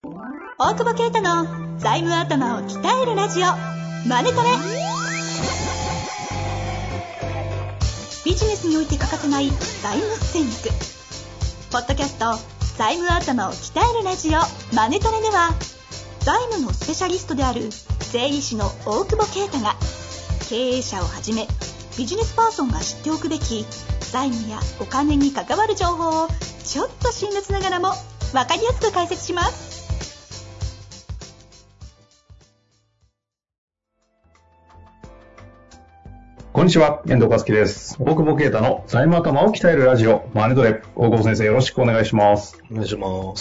大久保啓太の財務頭を鍛えるラジオマネトレ。ビジネスにおいて欠かせない財務戦略。ポッドキャスト財務頭を鍛えるラジオマネトレでは、財務のスペシャリストである税理士の大久保啓太が、経営者をはじめビジネスパーソンが知っておくべき財務やお金に関わる情報をちょっと辛辣ながらも分かりやすく解説します。 こんにちは、遠藤和樹です。大久保啓太の財務頭を鍛えるラジオマネトレ。大久保先生、よろしくお願いします。 お願いします。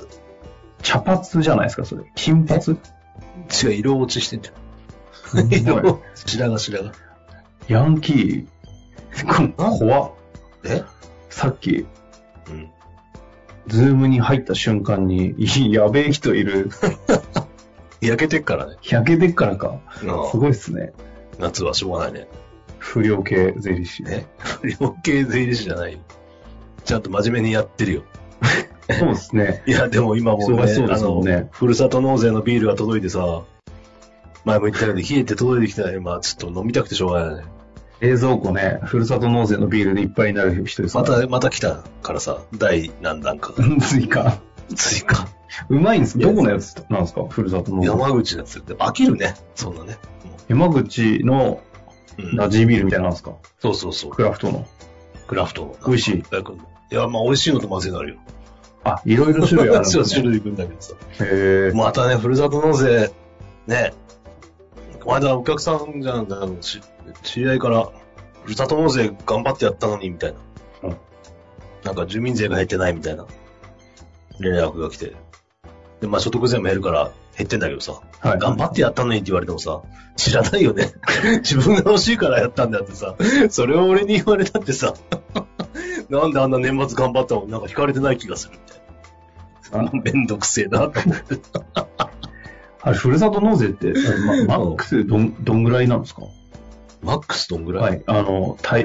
茶髪じゃないですか、それ。金髪？ 違う、色落ちしてんじゃん。色、白髪。 ヤンキー。怖っ。さっき、ズームに入った瞬間に、やべえ人いる。 焼けてっからね。 焼けてっからか。すごいっすね。 夏はしょうがないね。 不良系税理士。 不良系税理士じゃない。ちゃんと真面目にやってるよ。 そうですね。 いや、でも今もね、ふるさと納税のビールが届いてさ、前も言ったけど、冷えて届いてきたら今、ちょっと飲みたくてしょうがないね。 冷蔵庫ね、ふるさと納税のビールでいっぱいになる人ですから。 また来たからさ、第何弾か。 追加。うまいんですか？どこのやつなんですか？ふるさと納税。 山口のやつ。飽きるね、そんなね。 山口のラジービールみたいなんですか？ そう。 クラフトの。美味しい。 いや、まあ美味しいのとまずいのあるよ。 あ、いろいろ種類あるんですね。 種類いくんだけどさ。 へー。 またね、ふるさと納税、ね。この間お客さんじゃん、知り合いから、ふるさと納税頑張ってやったのに、みたいな。なんか住民税が減ってないみたいな連絡が来て。で、まあ所得税も減るから減ってんだけどさ。はい、頑張ってやったのにって言われてもさ、知らないよね。自分が欲しいからやったんだってさ、それを俺に言われたってさ、なんであんな年末頑張ったのになんか引かれてない気がするみたいな。めんどくせえなと思って。 あれ、ふるさと納税って、マックスどんぐらいなんですか？ マックスどんぐらい？ はい。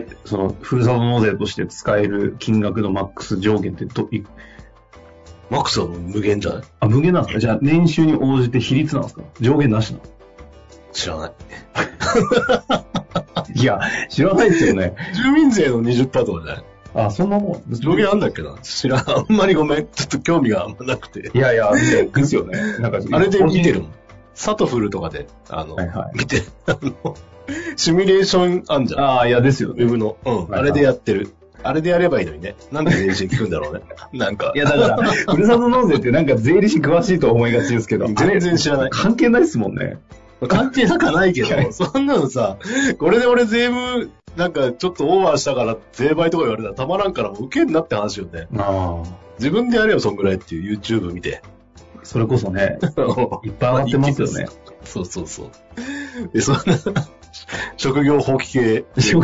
その、ふるさと納税として使える金額のマックス上限ってマックスは無限じゃない？ あ、無限なんですか？じゃあ、年収に応じて比率なんですか？上限なしなの？ 知らない。 いや、知らないですよね。 住民税の 20% とかじゃない？ あ、そんなもん。 上限あんだっけな？知らん。あんまりごめん。ちょっと興味があんまなくて。 いや、ですよね。なんか、 あれで見てるもん。サトフルとかで、見て、シミュレーションあんじゃん。 ああ、いや、ですよね。 ウェブの。あれでやってる。あれでやればいいのにね。なんで税理士に聞くんだろうね。なんか。 いや、だから、ふるさと納税ってなんか税理士詳しいと思いがちですけど。 全然知らない。 関係ないですもんね。 関係なくはないけど、そんなのさ、これで俺税務、なんかちょっとオーバーしたから税倍とか言われたらたまらんからもう受けんなって話よね。自分でやれよ、そんぐらいっていう YouTube 見て。 それこそね、いっぱい上がってますよね。 そう。で、そんな、職業放棄系。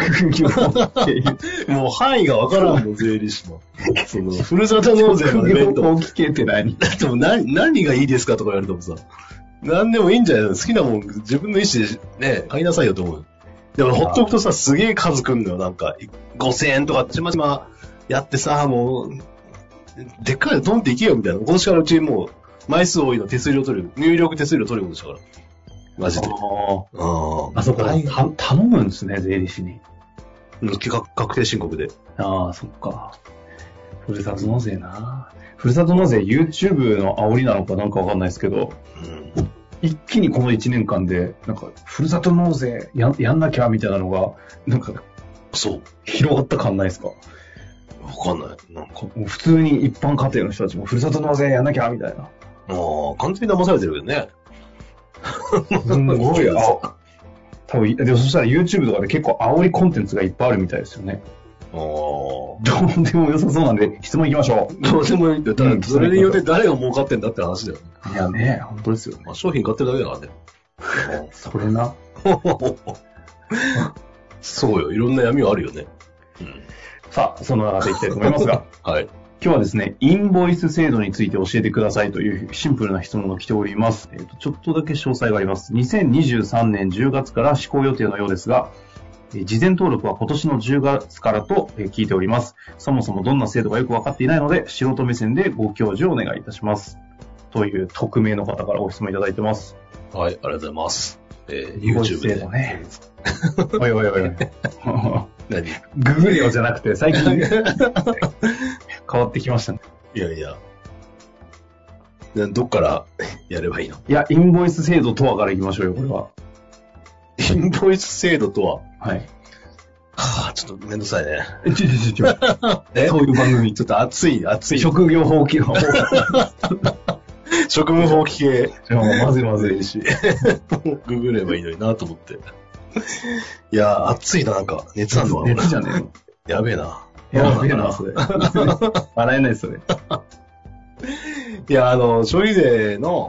もう範囲がわからんもん、税理士の。その、ふるさと納税のイベント。 職業放棄系って何？ だっても何がいいですかとか言われてもさ、何でもいいんじゃないの？好きなもん自分の意思でね、買いなさいよと思う。でもほっとくとさ、すげえ数くんのよ、なんか、5000円とかちまちまやってさ、もう、でっかいのドンっていけよみたいな。今年からうちもう、枚数多いの手数料取る。入力手数料取ることしたから。マジで。 あそこ頼むんですね、税理士に。 確定申告で。 ああ、そっか。ふるさと納税な。ふるさと納税 YouTube の煽りなのかなんかわかんないですけど、一気にこの1年間で、なんか、ふるさと納税やんなきゃみたいなのが、なんか、広がった感ないですか？ わかんない。なんかもう普通に一般家庭の人たちもふるさと納税やんなきゃみたいな。 完全に騙されてるけどね。 すごい。多分、でもそしたら YouTube とかで結構煽りコンテンツがいっぱいあるみたいですよね。 どうでも良さそうなんで、質問行きましょう。 どうでもいいんだよ。ただ、それによって誰が儲かってんだって話だよね。 いやね、本当ですよね。 まあ、商品買ってるだけだからね。 それな。 そうよ。いろんな闇はあるよね。 さあ、その中でいきたいと思いますが。 はい。 今日はですね、インボイス制度について教えてくださいというシンプルな質問が来ております。ちょっとだけ詳細があります。2023年10月から施行予定のようですが、事前登録は今年の10月からと聞いております。そもそもどんな制度かよくわかっていないので、素人目線でご教授をお願いいたします。 という匿名の方からご質問いただいてます。 はい、ありがとうございます。 YouTube で。ね、おいおいおい。 何ググれよじゃなくて、最近変わってきましたね。 いやいや。どっからやればいいの？ いや、インボイス制度とはからいきましょうよ、これは。 インボイス制度とは？ はい。 はぁ、ちょっとめんどくさいね。 そういう番組。 ちょっと熱い。 職業法規の。 職務法規系。 まずいし。 ググればいいのになと思って。いや、熱いな、なんか。熱あんのかな。 熱じゃねえの。 やべえな。 やべえな、それ。笑えない、それ。 いや、消費税の、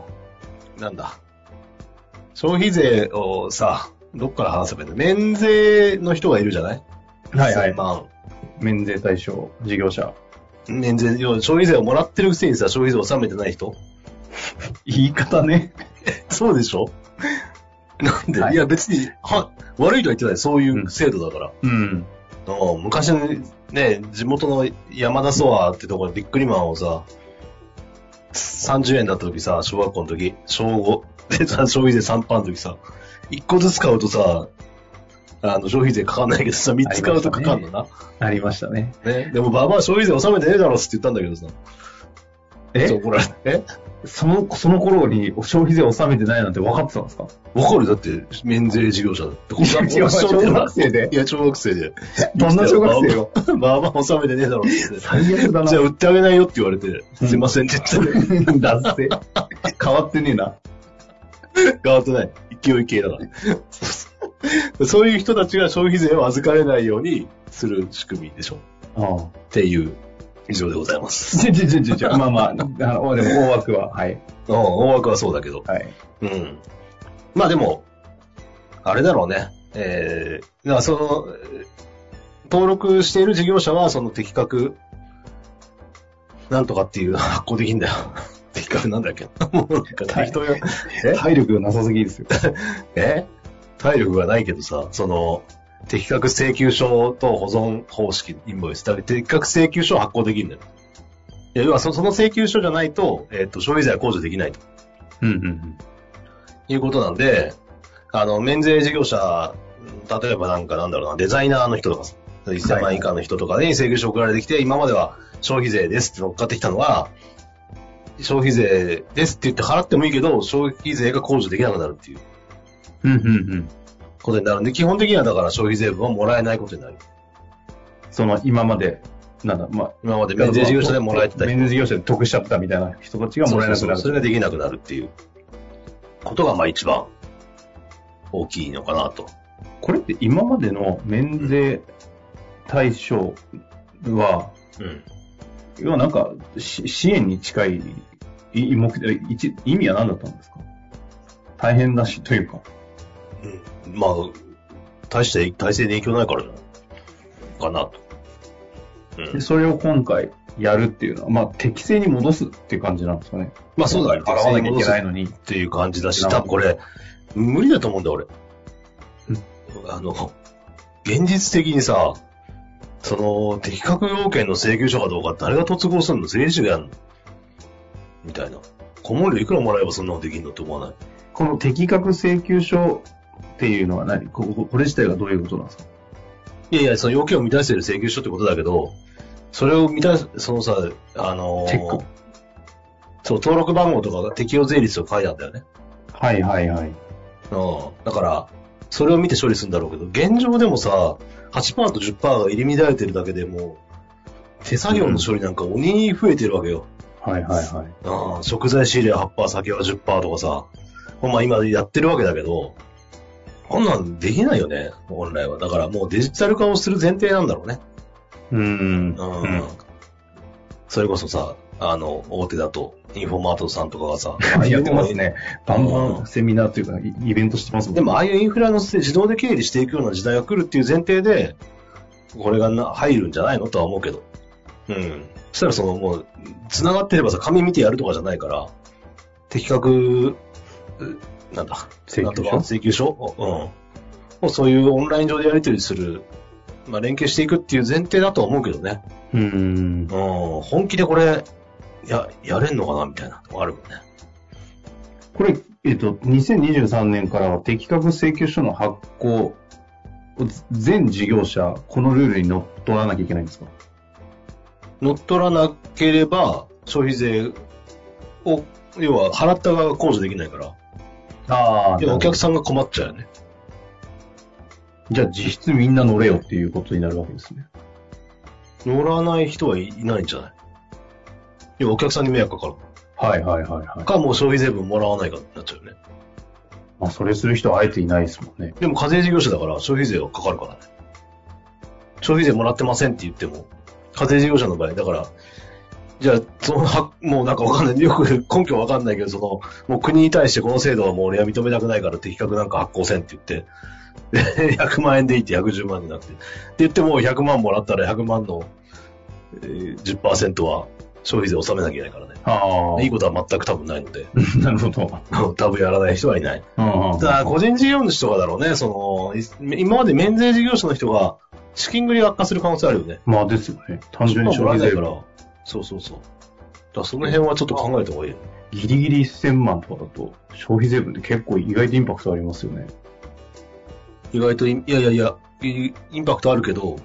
消費税をさ、どっから話せばいいの？免税の人がいるじゃない？ はいはい。 1000万。 免税対象、事業者。 免税、消費税をもらってるくせにさ、消費税を納めてない人？ 言い方ね。 そうでしょ？なんで、はい、いや別に、悪いとは言ってない。そういう制度だから。 うん。 昔のね、地元の山田ソアってところでビックリマンをさ、30円だった時さ、小学校の時、小5で消費税 3% の時さ、1個ずつ買うとさ、消費税かかんないけどさ、3つ買うとかかんのな。 ありましたね。 ね。でもババア消費税納めてねえだろって言ったんだけどさ。そう、これ、 その頃に消費税納めてないなんて分かってたんですか？ 分かる。だって、免税事業者だって。 小学生で。 いや、小学生で。 どんな小学生よ。 ババア納めてねえだろって。 最悪だな。 じゃあ売ってあげないよって言われて、すいませんって言っただって。変わってねえな。 変わってない。勢い系だから。そういう人たちが消費税を預かれないようにする仕組みでしょ。っていう以上でございます。 まあ、でも大枠は、はい。 大枠はそうだけど。 はい。 うん。まあでも、あれだろうね。だから登録している事業者は、適格、なんとかっていう発行できんだよ。的確なんだっけ？もうなんか適当よ。 体力がなさすぎですよ。 体力がないけどさ、適格請求書と保存方式、インボイス。適格請求書を発行できるんだよ。要はその請求書じゃないと、消費税は控除できないと。いうことなんで、免税事業者、例えばデザイナーの人とかさ、1000万以下の人とかに請求書送られてきて、今までは消費税ですって乗っかってきたのは、消費税ですって言って払ってもいいけど、消費税が控除できなくなるっていう。ことになるんで、基本的にはだから消費税分はもらえないことになる。 今まで、 今まで免税事業者でもらえてた人。 免税事業者で得しちゃったみたいな人たちがもらえなくなる。 それができなくなるっていうことが一番大きいのかなと。 これって今までの免税対象は、要は支援に近い意味は何だったんですか？大変だしというか。 まあ、大して体制に影響ないからじゃないかなと。 でそれを今回やるっていうのは、適正に戻すっていう感じなんですかね。 そうだね。 払わなきゃいけないのに。 っていう感じだし、多分これ、無理だと思うんだ、俺。現実的にさ、適格要件の請求書かどうか誰が突合するの？税理士がやるのみたいな。顧問料いくらもらえばそんなのできるのって思わない？ この適格請求書っていうのはこれ自体がどういうことなんですか？ いや、その要件を満たしている請求書ってことだけど、それをチェック。登録番号とかが適用税率を書いてあるんだよね。 はい。 だから、それを見て処理するんだろうけど、現状でもさ、8% と 10% が入り乱れてるだけでもう、手作業の処理なんか鬼に増えてるわけよ。食材仕入れは 8%、酒は 10% とかさ、今やってるわけだけど、こんなんできないよね、本来は。だからもうデジタル化をする前提なんだろうね。それこそさ、大手だと、インフォマートさんとかがさ、 やってますね。バンバンセミナーというか、イベントしてますもんね。 でも、ああいうインフラの自動で経理していくような時代が来るっていう前提で、これが入るんじゃないのとは思うけど。そしたらもう、繋がってればさ、紙見てやるとかじゃないから、適格、請求書もうそういうオンライン上でやり取りする、連携していくっていう前提だとは思うけどね。本気でこれ、 やれんのかなみたいなのがあるもんね。 これ、2023年からは適格請求書の発行、全事業者、このルールにのっとらなきゃいけないんですか？ 乗っ取らなければ、消費税を、要は払った側が控除できないから。 ああ。 お客さんが困っちゃうよね。 じゃあ実質みんな乗れよっていうことになるわけですね。 乗らない人はいないんじゃない？要はお客さんに迷惑かかる。 はいはいはいはい。 かもう消費税分もらわないかになっちゃうよね。 まあそれする人はあえていないですもんね。 でも課税事業者だから消費税はかかるからね。消費税もらってませんって言っても、課税事業者の場合、だから、じゃあ、もうなんかわかんない。よく根拠わかんないけど、もう国に対してこの制度はもう俺は認めたくないから適格なんか発行せんって言って、で100万円でいいって110万になって。って言っても100万もらったら100万の、10% は消費税を納めなきゃいけないからね。いいことは全く多分ないので。 なるほど。 多分やらない人はいない。だから個人事業主とかだろうね。今まで免税事業者の人が資金繰りが悪化する可能性あるよね。 まあですよね。単純に消費税から。 そう。だからその辺はちょっと考えた方がいいよね。 ギリギリ1000万とかだと消費税分って結構意外とインパクトありますよね。 意外とインパクトあるけど、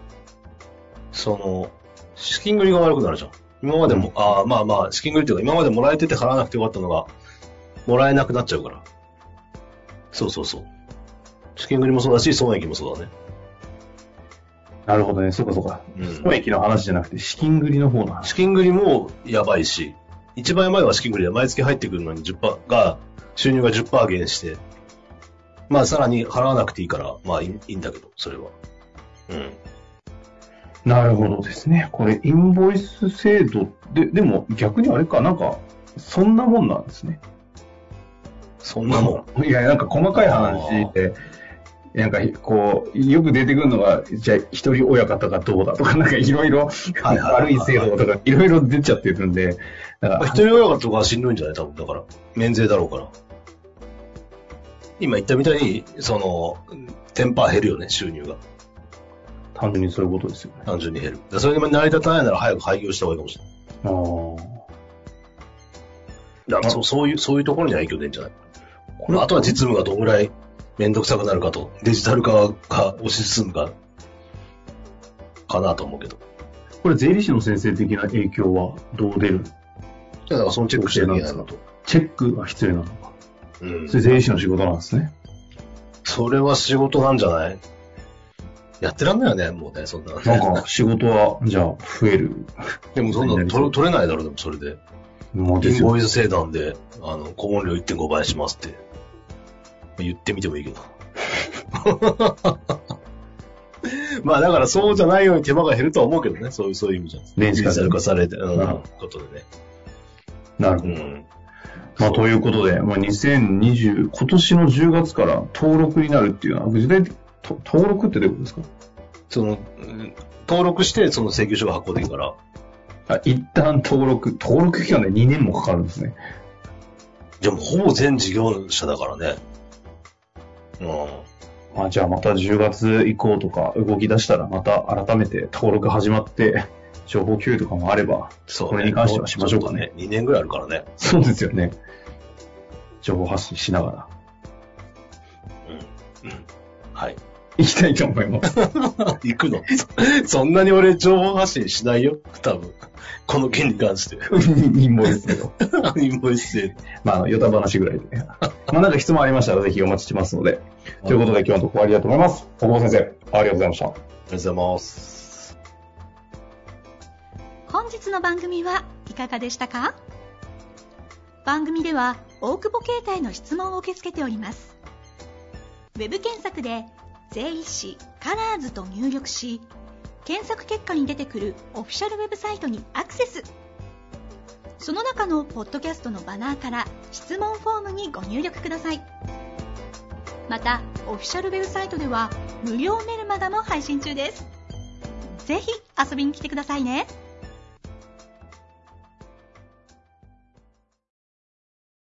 資金繰りが悪くなるじゃん。今までも、資金繰りっていうか、今までもらえてて払わなくてよかったのが、もらえなくなっちゃうから。そう。資金繰りもそうだし、損益もそうだね。 なるほどね、そうか。損益の話じゃなくて、資金繰りの方の話。 資金繰りもやばいし、一番やばいは資金繰りで毎月入ってくるのに収入が 10% 減して、まあさらに払わなくていいから、まあいいんだけど、それは。 なるほどですね。これ、インボイス制度でも逆にあれか、なんか、そんなもんなんですね。 そんなもん。いや、なんか細かい話で、なんかこう、よく出てくるのが、じゃあ一人親方がどうだとか、なんかいろいろ、悪い制度とか、いろいろ出ちゃってるんで、 だから一人親方とかしんどいんじゃない多分、だから、免税だろうから。今言ったみたいに、10% 減るよね、収入が。 単純にそういうことですよね。 単純に減る。それで成り立たないなら早く廃業した方がいいかもしれない。だからそういうところには影響出るんじゃないあとは実務がどのぐらいめんどくさくなるかと、デジタル化が推し進むかなと思うけど。 これ税理士の先生的な影響はどう出る？ だからそのチェックしてなきゃいけないのと。 チェックが必要なのか。それ税理士の仕事なんですね。 それは仕事なんじゃない？やってらんないよね、もうね、そんな。 なんか、仕事は、じゃあ、増える。 でも、そんな取れないだろ、でも、それで。インボイス制度で、顧問料 1.5 倍しますって。言ってみてもいいけど。まあ、だから、そうじゃないように手間が減るとは思うけどね、そういう意味じゃん。デジタル化されて、ことでね。 なるほど。まあ、ということで、まあ、今年の10月から登録になるっていうのは、具体的登録ってどういうことですか？ 登録して、その請求書が発行できるから。 一旦登録期間で2年もかかるんですね。 じゃあもうほぼ全事業者だからね。 まあじゃあまた10月以降とか動き出したらまた改めて登録始まって、情報共有とかもあれば、 そうね、 これに関してはしましょうかね。 2年ぐらいあるからね。 そうですよね。情報発信しながら。 はい。 行きたいと思います。 行くのそんなに俺情報発信しないよ。多分。この件に関して。 インボイス制度。 インボイス制度。 まあ、ヨタ話ぐらいで。まあ、なんか質問ありましたらぜひお待ちしてますので。ということで今日のところ終わりだと思います。小久保先生、ありがとうございました。 ありがとうございます。 本日の番組はいかがでしたか？番組では大久保携帯の質問を受け付けております。ウェブ検索で税理士カラーズと入力し、検索結果に出てくるオフィシャルウェブサイトにアクセス。その中のポッドキャストのバナーから質問フォームにご入力ください。またオフィシャルウェブサイトでは無料メルマガも配信中です。ぜひ遊びに来てくださいね。